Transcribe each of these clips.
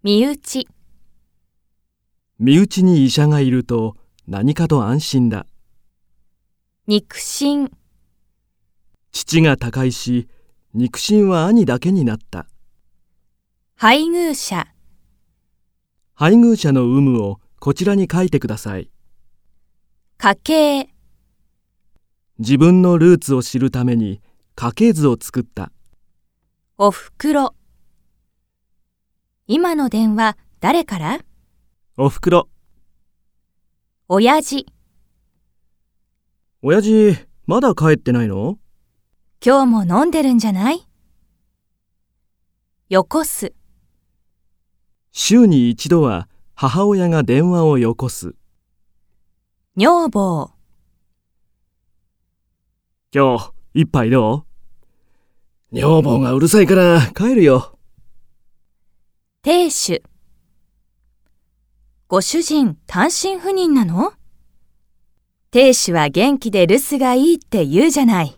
身内。 身内に医者がいると何かと安心だ。 肉親。 父が他界し、肉親は兄だけになった。 配偶者。 配偶者の有無をこちらに書いてください。 家系。 自分のルーツを知るために家系図を作った。 おふくろ。今の電話誰から？ おふくろ。 親父。 親父、まだ帰ってないの？ 今日も飲んでるんじゃない？よこす。 週に一度は母親が電話をよこす。 女房。 今日一杯どう？女房がうるさいから帰るよ。 亭主。ご主人単身赴任なの？亭主は元気で留守がいいって言うじゃない。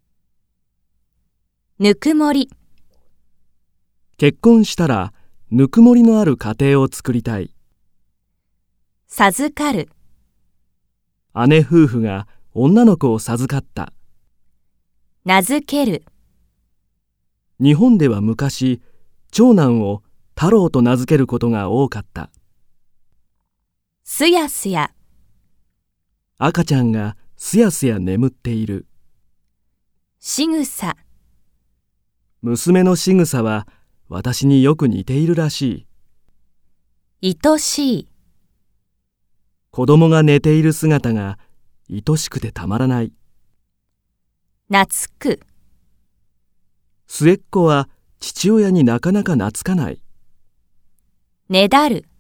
ぬくもり。 結婚したらぬくもりのある家庭を作りたい。 授かる。 姉夫婦が女の子を授かった。 名付ける。 日本では昔、長男を太郎と名付けることが多かった。 すやすや。 赤ちゃんがすやすや眠っている。 しぐさ。 娘の仕草は私によく似ているらしい。 愛しい。 子供が寝ている姿が愛しくてたまらない。 懐く。 末っ子は父親になかなか懐かない。 ねだる。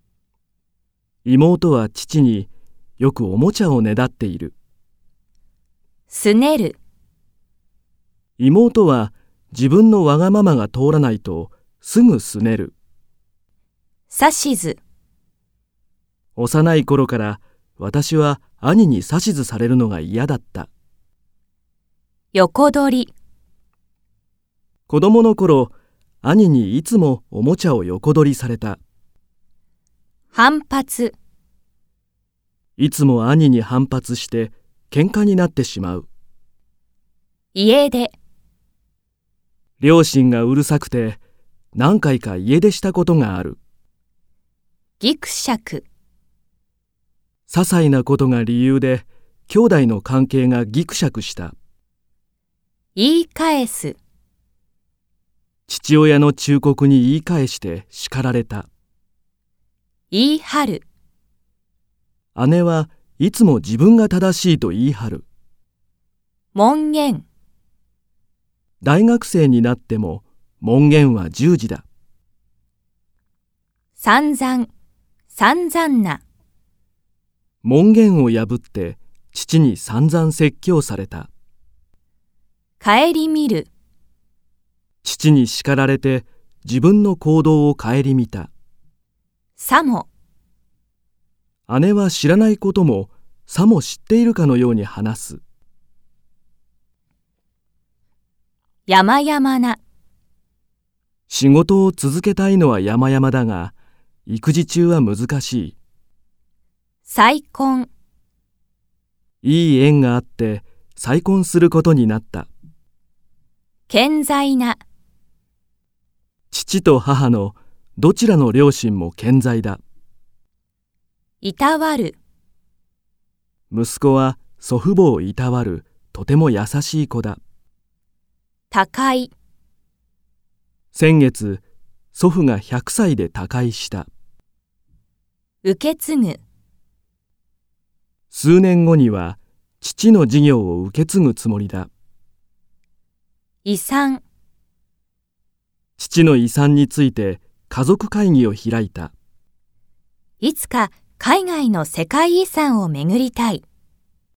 妹は父によくおもちゃをねだっている。 すねる。 妹は自分のわがままが通らないとすぐすねる。 指図。 幼い頃から私は兄に指図されるのが嫌だった。 横取り。 子供の頃、兄にいつもおもちゃを横取りされた。 反発。 いつも兄に反発して喧嘩になってしまう。 家出。 両親がうるさくて何回か家出したことがある。 ぎくしゃく。 些細なことが理由で兄弟の関係がぎくしゃくした。 言い返す。 父親の忠告に言い返して叱られた。 言い張る。 姉はいつも自分が正しいと言い張る。 門限。 大学生になっても門限は10時だ。 散々。散々な。 門限を破って父に散々説教された。 顧みる。 父に叱られて自分の行動を顧みた。 さも。 姉は知らないこともさも知っているかのように話す。 山々な。 仕事を続けたいのは山々だが、育児中は難しい。 再婚。 いい縁があって再婚することになった。 健在な。 父と母のどちらの両親も健在だ。 いたわる。 息子は祖父母をいたわるとても優しい子だ。 高い。 先月、祖父が100歳で他界した。 受け継ぐ。 数年後には父の事業を受け継ぐつもりだ。 遺産。 父の遺産について家族会議を開いた。 いつか海外の世界遺産を巡りたい。